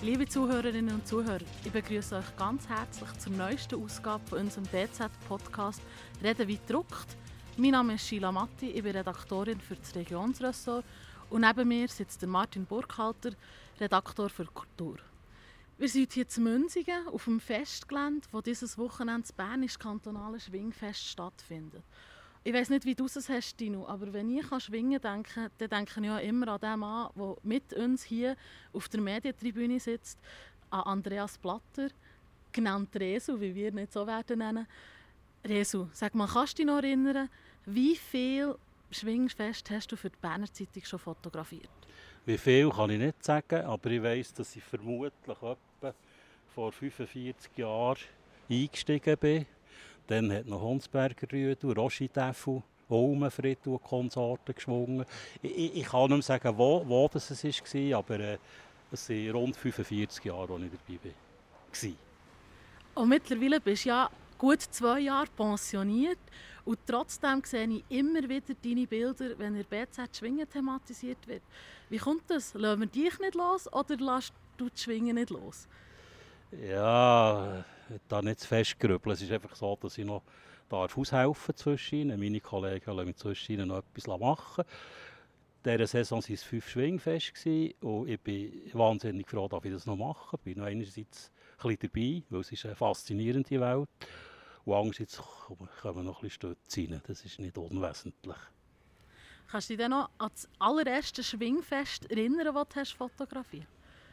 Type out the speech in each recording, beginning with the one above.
Liebe Zuhörerinnen und Zuhörer, ich begrüße euch ganz herzlich zur neuesten Ausgabe von unserem BZ-Podcast «Reden wie gedruckt». Mein Name ist Sheila Matti, ich bin Redaktorin für das Regionsressort und neben mir sitzt der Martin Burkhalter, Redaktor für Kultur. Wir sind hier zu Münzigen auf dem Festgelände, wo dieses Wochenende das Bernische Kantonale Schwingfest stattfindet. Ich weiss nicht, wie du es hast, Dino, aber wenn ich an Schwingen denke, dann denke ich ja immer an den Mann, der mit uns hier auf der Medientribüne sitzt, an Andreas Blatter, genannt Resu, wie wir ihn nicht so werden nennen. Resu, sag mal, kannst du dich noch erinnern, wie viel Schwingfest hast du für die Berner Zeitung schon fotografiert? Wie viel kann ich nicht sagen, aber ich weiss, dass ich vermutlich etwa vor 45 Jahren eingestiegen bin. Dann hat noch Hunsberger Rüdu, Roshi Teffel, Olmenfried und Konsorten geschwungen. Ich kann nicht mehr sagen, wo das war, aber es sind rund 45 Jahre, als ich dabei war. Und mittlerweile bist du ja gut 2 Jahre pensioniert und trotzdem sehe ich immer wieder deine Bilder, wenn in BZ Schwingen thematisiert wird. Wie kommt das? Lassen wir dich nicht los oder lässt du die Schwingen nicht los? Ja, da nicht zu fest grübeln. Es ist einfach so, dass ich noch aushelfen zwischen. Meine Kollegen lassen mich zwischen noch etwas machen. In dieser Saison waren es 5 Schwingfeste und ich bin wahnsinnig froh, dass ich das noch mache. Ich bin noch einerseits ein bisschen dabei, weil es ist eine faszinierende Welt ist. Und andererseits kommen noch ein bisschen Stütze rein. Das ist nicht unwesentlich. Kannst du dich dann noch an das allererste Schwingfest erinnern, das du hast fotografiert?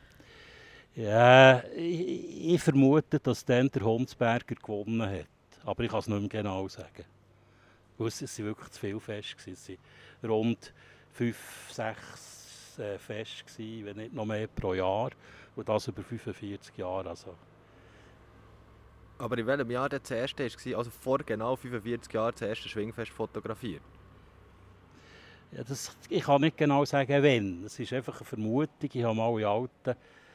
Ja, ich vermute, dass dann der Hunsberger gewonnen hat. Aber ich kann es nicht mehr genau sagen. Weil es waren wirklich zu viele Feste. Es waren rund 5, 6 Feste, wenn nicht noch mehr pro Jahr. Und das über 45 Jahre. Also. Aber in welchem Jahr das erste war? Also vor genau 45 Jahren das erste Schwingfest fotografiert? Ja, ich kann nicht genau sagen, wann. Es ist einfach eine Vermutung. Ich habe mal in alten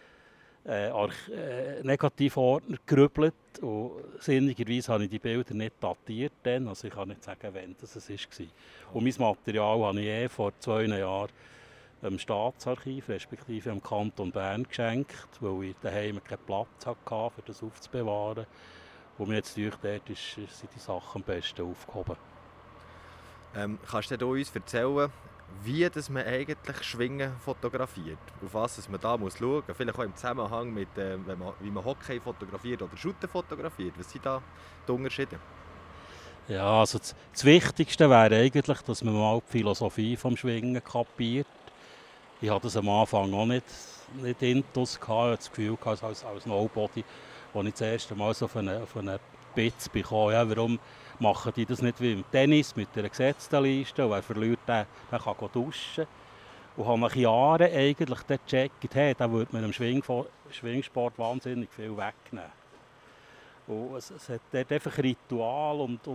Negativordner gerübelt. Und sinnigerweise habe ich die Bilder nicht datiert. Dann. Also ich kann nicht sagen, wann das war. Und mein Material habe ich vor 2 Jahren dem Staatsarchiv, respektive dem Kanton Bern geschenkt, weil ich daheim keinen Platz hatte, um das aufzubewahren. Und mir jetzt dort sind die Sachen am besten aufgehoben. Kannst du uns erzählen, wie dass man eigentlich Schwingen fotografiert? Auf was man da schauen muss? Vielleicht auch im Zusammenhang mit wie man Hockey fotografiert oder Shooter fotografiert. Was sind da die Unterschiede? Ja, also das Wichtigste wäre eigentlich, dass man mal die Philosophie des Schwingen kapiert. Ich hatte das am Anfang auch nicht intus. Ich hatte das Gefühl, als Nobody, als ich das erste Mal so auf einen Bitz bekam, ja, warum machen die das nicht wie im Tennis mit einer gesetzten Liste? Und wer verliert, der kann duschen. Und habe nach Jahren eigentlich gecheckt, hey, da würde man im Schwingsport wahnsinnig viel wegnehmen. Und es hat dort einfach Ritual und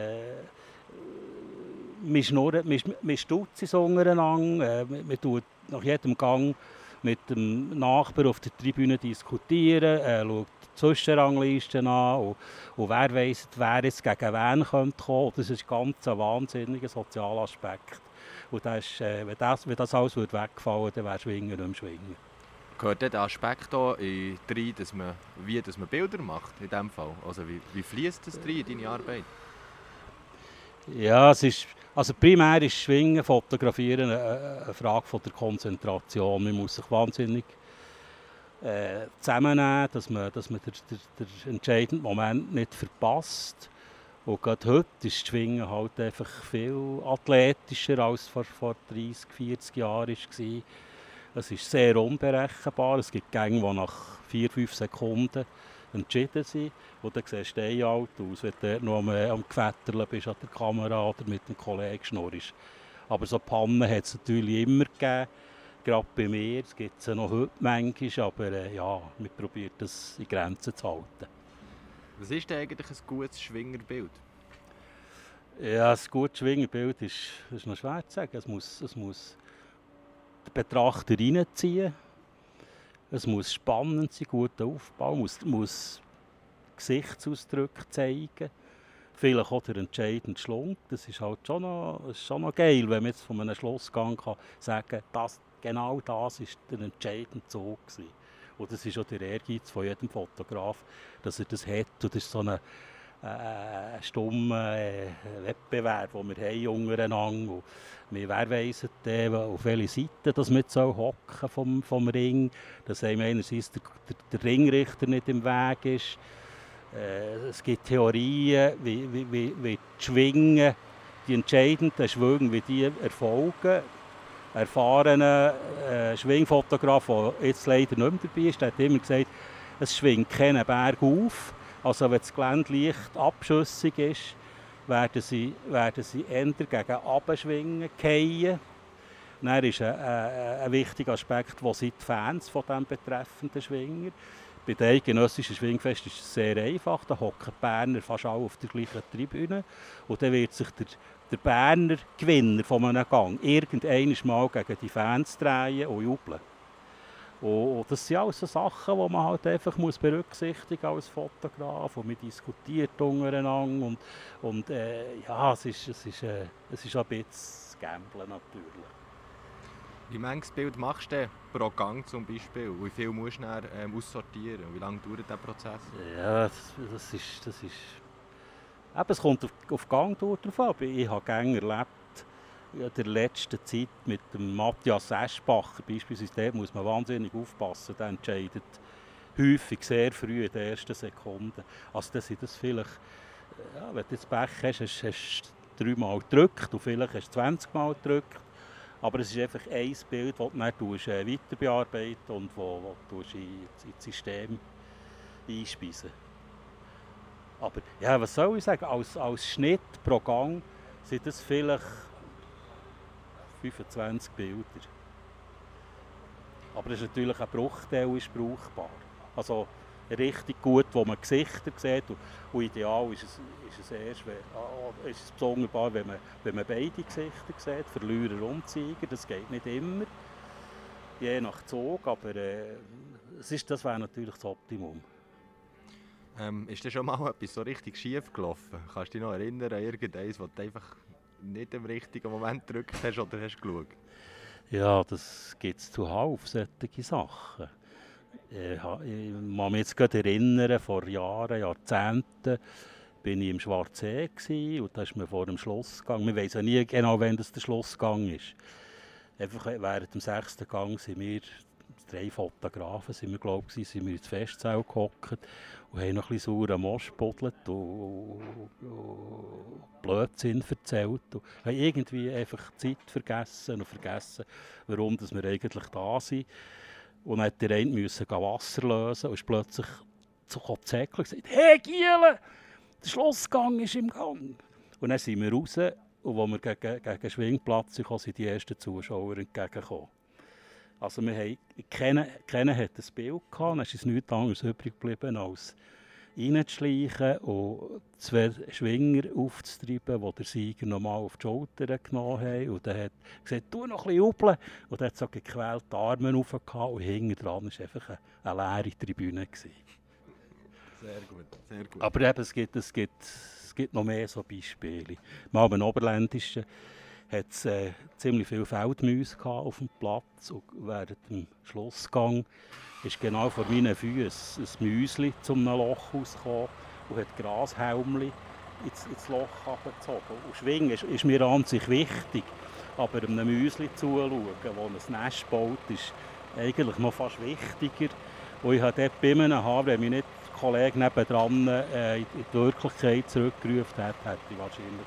man stutzt es untereinander. Man tut nach jedem Gang mit dem Nachbarn auf der Tribüne diskutieren, schaut die Zwischenranglisten an und wer weiss, wer jetzt gegen wen kommen könnte. Das ist ganz ein wahnsinniger sozialer Aspekt. Und das ist, wenn das alles wegfallen würde, dann wäre Schwingen nicht mehr Schwingen. Gehört der Aspekt auch rein, dass man Bilder macht in diesem Fall? Also wie fließt das rein in deine Arbeit? Ja, also primär ist Schwingen, Fotografieren eine Frage von der Konzentration. Man muss sich wahnsinnig zusammennehmen, dass man den entscheidenden Moment nicht verpasst. Und gerade heute ist Schwingen halt einfach viel athletischer als vor 30, 40 Jahren war. Es ist sehr unberechenbar. Es gibt Gänge, die nach 4, 5 Sekunden entschieden sind. Und dann siehst du alt aus, wenn du noch am Gefetterlen bist an der Kamera oder mit einem Kollegen schnurrst. Aber so Pannen hat es natürlich immer gegeben. Gerade bei mir. Es gibt es noch heute manchmal. Aber ja, man probiert das in Grenzen zu halten. Was ist denn eigentlich ein gutes Schwingerbild? Ja, ein gutes Schwingerbild ist noch schwer zu sagen. Es muss den Betrachter reinziehen. Es muss spannend sein, guter Aufbau, muss Gesichtsausdrücke zeigen. Vielleicht auch der entscheidende Schlund. Das ist halt schon noch geil, wenn man jetzt von einem Schlussgang kann sagen kann, genau das war der entscheidende Zug gewesen. Und das ist auch der Ehrgeiz von jedem Fotograf, dass er das hat. Und das ist so ein stummer Wettbewerb, den wir haben untereinander haben. Wer weiss auf welche Seite dass man jetzt hocken vom Ring, dass einem einerseits der Ringrichter nicht im Weg ist. Es gibt Theorien, wie die Schwingen, die entscheidenden Schwünge, wie die erfolgen. Ein erfahrener Schwingfotograf, der jetzt leider nicht mehr dabei ist, hat immer gesagt, es schwingt keinen Berg auf. Also wenn das Gelände leicht abschüssig ist, werden sie eher gegen runter schwingen, fallen. Dann ist ein wichtiger Aspekt, wo sind die Fans von dem betreffenden Schwinger. Bei den eidgenössischen Schwingfest ist es sehr einfach, da hocken die Berner fast alle auf der gleichen Tribüne und dann wird sich der Berner Gewinner von einem Gang irgendwann mal gegen die Fans drehen und jubeln. Und das sind alles so Sachen, die man halt einfach berücksichtigen als Fotograf. Und man diskutiert untereinander. Und ja, es ist ein bisschen Gamblen natürlich. Wie manches Bild machst du pro Gang zum Beispiel? Wie viel musst du dann aussortieren? Wie lange dauert der Prozess? Ja, es kommt auf Gangdauer drauf an. Ich habe Gänge erlebt, in der letzten Zeit mit dem Matthias Eschbacher beispielsweise, dort muss man wahnsinnig aufpassen, der entscheidet häufig sehr früh in den ersten Sekunden. Also das sind das vielleicht, ja, wenn du jetzt Pech hast du 3 Mal gedrückt und vielleicht hast du 20 Mal gedrückt, aber es ist einfach ein Bild, das du dann weiter bearbeiten und wo du ins System einspeisen. Aber ja, was soll ich sagen, als Schnitt pro Gang sind das vielleicht 25 Bilder. Aber es ist natürlich ein Bruchteil ist brauchbar. Also richtig gut, wo man Gesichter sieht. Und ideal ist es erst, ist es sonderbar, wenn man beide Gesichter sieht, Verlierer und Sieger. Das geht nicht immer, je nach Zug, aber das wäre natürlich das Optimum. Ist dir schon mal etwas so richtig schief gelaufen? Kannst du dich noch erinnern an irgendeins, wo du einfach nicht im richtigen Moment gedrückt hast oder hast geschaut? Ja, das gibt es zuhauf, solche Sachen. Ich kann mich jetzt gerade erinnern, vor Jahren, Jahrzehnten, bin ich im Schwarzsee und da ist man vor dem Schlussgang. Wir wissen ja nie genau, wann das der Schlussgang ist. Einfach während dem 6. Gang sind wir 3 Fotografen, sind wir ins Festzelt gehockt und haben noch ein bisschen sauren Most gebuddelt und Blödsinn erzählt. Und haben irgendwie einfach die Zeit vergessen, warum wir eigentlich da sind. Und dann musste der eine Wasser lösen und ist plötzlich zu Zäckler und gesagt: «Hey Giele, der Schlussgang ist im Gang!» Und dann sind wir raus und als wir gegen den Schwingplatz kamen, sind die ersten Zuschauer entgegengekommen. Also keiner hat ein Bild gehabt, dann ist es nichts anderes übrig geblieben, als reinzuschleichen und 2 Schwinger aufzutreiben, die der Sieger nochmal auf die Schulter genommen haben. Und dann hat er gesagt: «Du noch ein bisschen jubeln!» Und dann hat so gequält die Arme rauf und hinten dran war einfach eine leere Tribüne. Sehr gut, sehr gut. Aber eben, es gibt noch mehr so Beispiele. Mal beim Oberländischen hat es ziemlich viele Feldmäuse auf dem Platz. Und während dem Schlussgang ist genau vor meinen Füßen ein Mäuschen zum Loch rausgekommen und hat Grashelmchen ins Loch abgezogen. Und Schwingen ist mir an sich wichtig, aber einem Mäuschen zuzuschauen, das ein Nest baut, ist eigentlich noch fast wichtiger. Und ich habe dort bei einem Haar, wenn mich nicht der Kollege nebendran in die Wirklichkeit zurückgerufen hat, hätte ich wahrscheinlich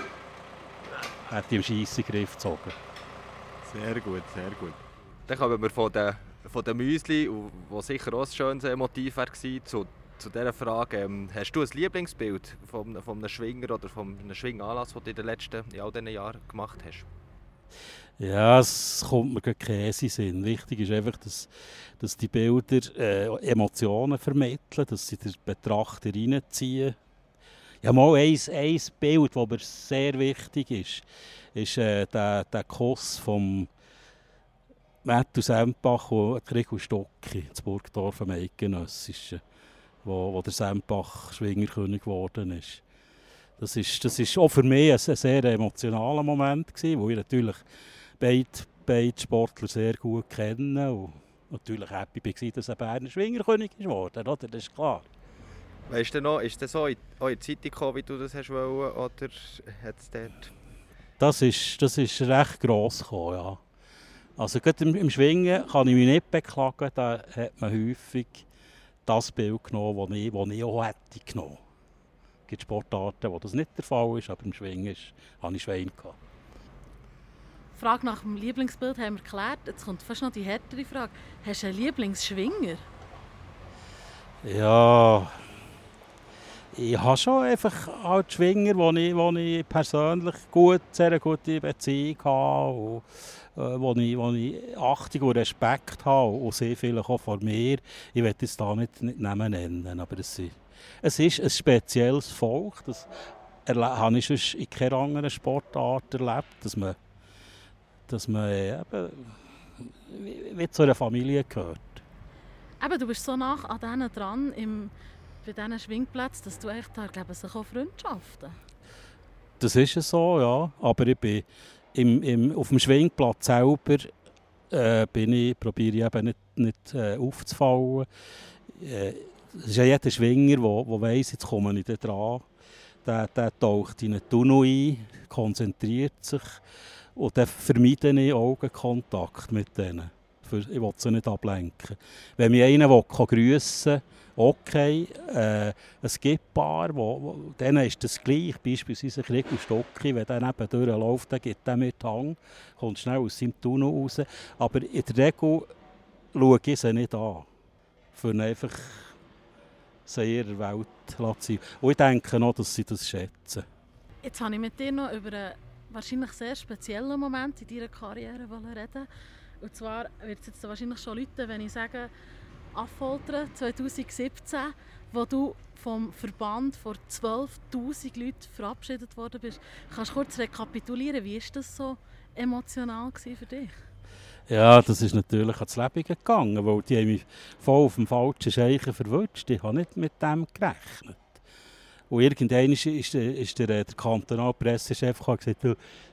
im Scheissengriff gezogen. Sehr gut, sehr gut. Dann kommen wir von den Müsli, die sicher auch ein schönes Motiv war, zu dieser Frage. Hast du ein Lieblingsbild von einem Schwinger oder von einem Schwinganlass, den du in all diesen Jahren gemacht hast? Ja, es kommt mir gar kein Sinn. Wichtig ist einfach, dass die Bilder Emotionen vermitteln, dass sie den Betrachter reinziehen. Ja, mal ein Bild, das mir sehr wichtig ist der Kuss vom Matthew Sempach und Gregor Stocki, das Burgdorf am Eidgenössischen, wo der Sempach Schwingerkönig geworden ist. Das ist auch für mich ein sehr emotionaler Moment gewesen, wo ich natürlich beide Sportler sehr gut kenne natürlich happy war, dass ein Berner Schwingerkönig geworden ist, oder? Das ist klar. Weißt du noch, ist das auch in die Zeitung gekommen, wie du das hast wollen, oder hat es dort... Das ist recht gross gekommen, ja. Also gerade im Schwingen kann ich mich nicht beklagen, da hat man häufig das Bild genommen, das ich auch hätte genommen. Es gibt Sportarten, wo das nicht der Fall ist, aber im Schwingen hatte ich Schwein gehabt. Die Frage nach dem Lieblingsbild haben wir geklärt. Jetzt kommt fast noch die härtere Frage. Hast du einen Lieblingsschwinger? Ja, ich habe schon einfach halt Schwinger, wo ich persönlich sehr gute Beziehung habe und wo ich Achtung und Respekt habe und sehr vielleicht auch vor mir. Ich will es da nicht Namen nennen, aber es ist ein spezielles Volk. Das habe ich sonst in keiner anderen Sportart erlebt, dass man eben wie zu einer Familie gehört. Eben, du bist so nah an denen dran, bei diesen Schwingplätzen, dass du echt da, glaube ich, auch Freundschaften. Das ist es so, ja. Aber ich bin auf dem Schwingplatz selber probiere ich eben nicht aufzufallen. Es ist ja jeder Schwinger, der weiss, jetzt komme ich da dran. Der taucht in einen Tunnel ein, konzentriert sich und dann vermeide ich Augenkontakt mit denen. Ich will sie nicht ablenken. Wenn mich einer grüssen will, okay, es gibt ein paar, denen ist das gleich, beispielsweise ein Krieg und Stocki, wenn der nebendurch läuft, dann gibt er mit Hang, kommt schnell aus seinem Tunnel raus. Aber in der Regel schaue ich sie nicht an, für einfach sie in ihrer Welt zu sein. Und ich denke noch, dass sie das schätzen. Jetzt wollte ich mit dir noch über einen wahrscheinlich sehr speziellen Moment in deiner Karriere reden. Und zwar wird es jetzt wahrscheinlich schon läuten, wenn ich sage, Affoltern 2017, wo du vom Verband vor 12'000 Leuten verabschiedet worden bist. Kannst du kurz rekapitulieren, wie war das so emotional für dich? Ja, das ist natürlich ans Leben gegangen, weil die haben mich voll auf dem falschen Scheichen verwünscht. Ich habe nicht mit dem gerechnet. Und irgendwann ist der kantonale Pressechef gesagt,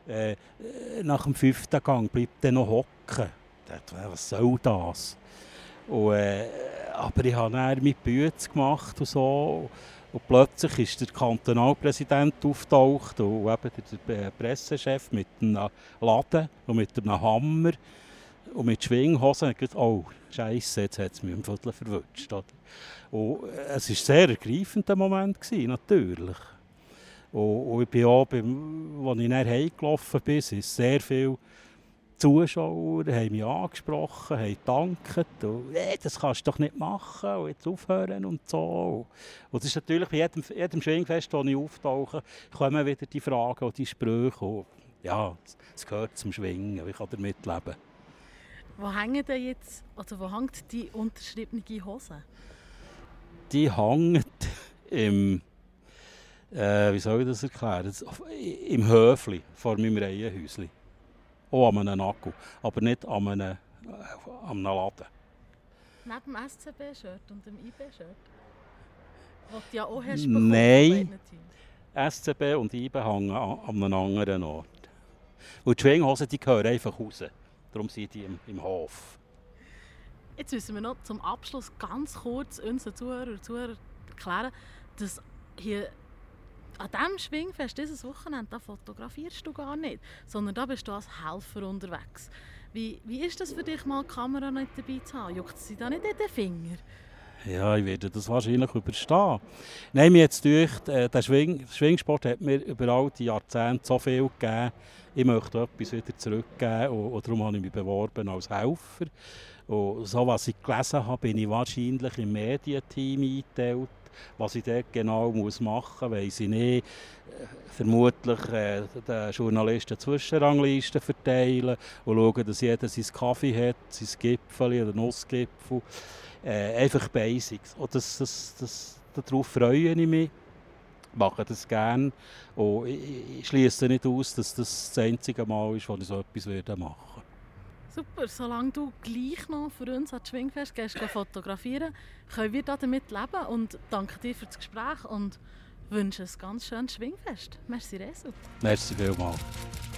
nach dem 5. Gang bleibt er noch hocken. Ich dachte, was soll das? Und, aber ich habe dann mit Bütze gemacht und so. Und plötzlich ist der Kantonalpräsident auftaucht und eben der Pressechef mit einem Laden und mit einem Hammer und mit Schwinghosen. Und ich dachte, oh, Scheisse, jetzt hat es mich im Viertel verwünscht. Und es war ein sehr ergreifender Moment, natürlich. Und ich bin auch, als ich dann heimgelaufen bin, sind sehr viele Zuschauer haben mich angesprochen, haben gedankt. Das kannst du doch nicht machen und jetzt aufhören und so. Und das ist natürlich bei jedem Schwingfest, wo ich auftauche, kommen wieder die Fragen und die Sprüche. Und ja, es gehört zum Schwingen, ich kann damit leben. Wo hängen denn jetzt, also wo hängt die unterschriebene Hose? Die hängt im, wie soll ich das erklären? Im Höfli vor meinem Reihenhäuschen. Auch an einem Akku, aber nicht an einem Laden. Neben dem SCB-Shirt und dem IB-Shirt? Was du ja auch hast bekommen. Nein, SCB und IB hängen an einem anderen Ort. Und die Schwinghosen, die gehören einfach raus. Darum sind die im Hof. Jetzt müssen wir noch zum Abschluss ganz kurz unseren Zuhörern und Zuhörern erklären, dass hier an diesem Schwingfest, dieses Wochenende, da fotografierst du gar nicht, sondern da bist du als Helfer unterwegs. Wie ist das für dich, mal die Kamera nicht dabei zu haben? Juckt sie da nicht in den Finger? Ja, ich werde das wahrscheinlich überstehen. Nein, mir jetzt gedacht, der Schwingsport hat mir über all die Jahrzehnte so viel gegeben. Ich möchte etwas wieder zurückgeben und darum habe ich mich beworben als Helfer. Und so, was ich gelesen habe, bin ich wahrscheinlich im Medienteam eingeteilt. Was ich dort genau machen muss, weiss ich nicht. Vermutlich den Journalisten Zwischenranglisten verteilen und schauen, dass jeder seinen Kaffee hat, sein Gipfel oder Nussgipfel. Einfach Basics. Und darauf freue ich mich. Ich mache das gerne. Und ich schliesse nicht aus, dass das einzige Mal ist, wo ich so etwas machen werde. Super, solange du gleich noch für uns an das Schwingfest gehst, fotografieren, können wir damit leben. Und danke dir für das Gespräch und wünsche ein ganz schönes Schwingfest. Merci, Resut. Merci vielmals.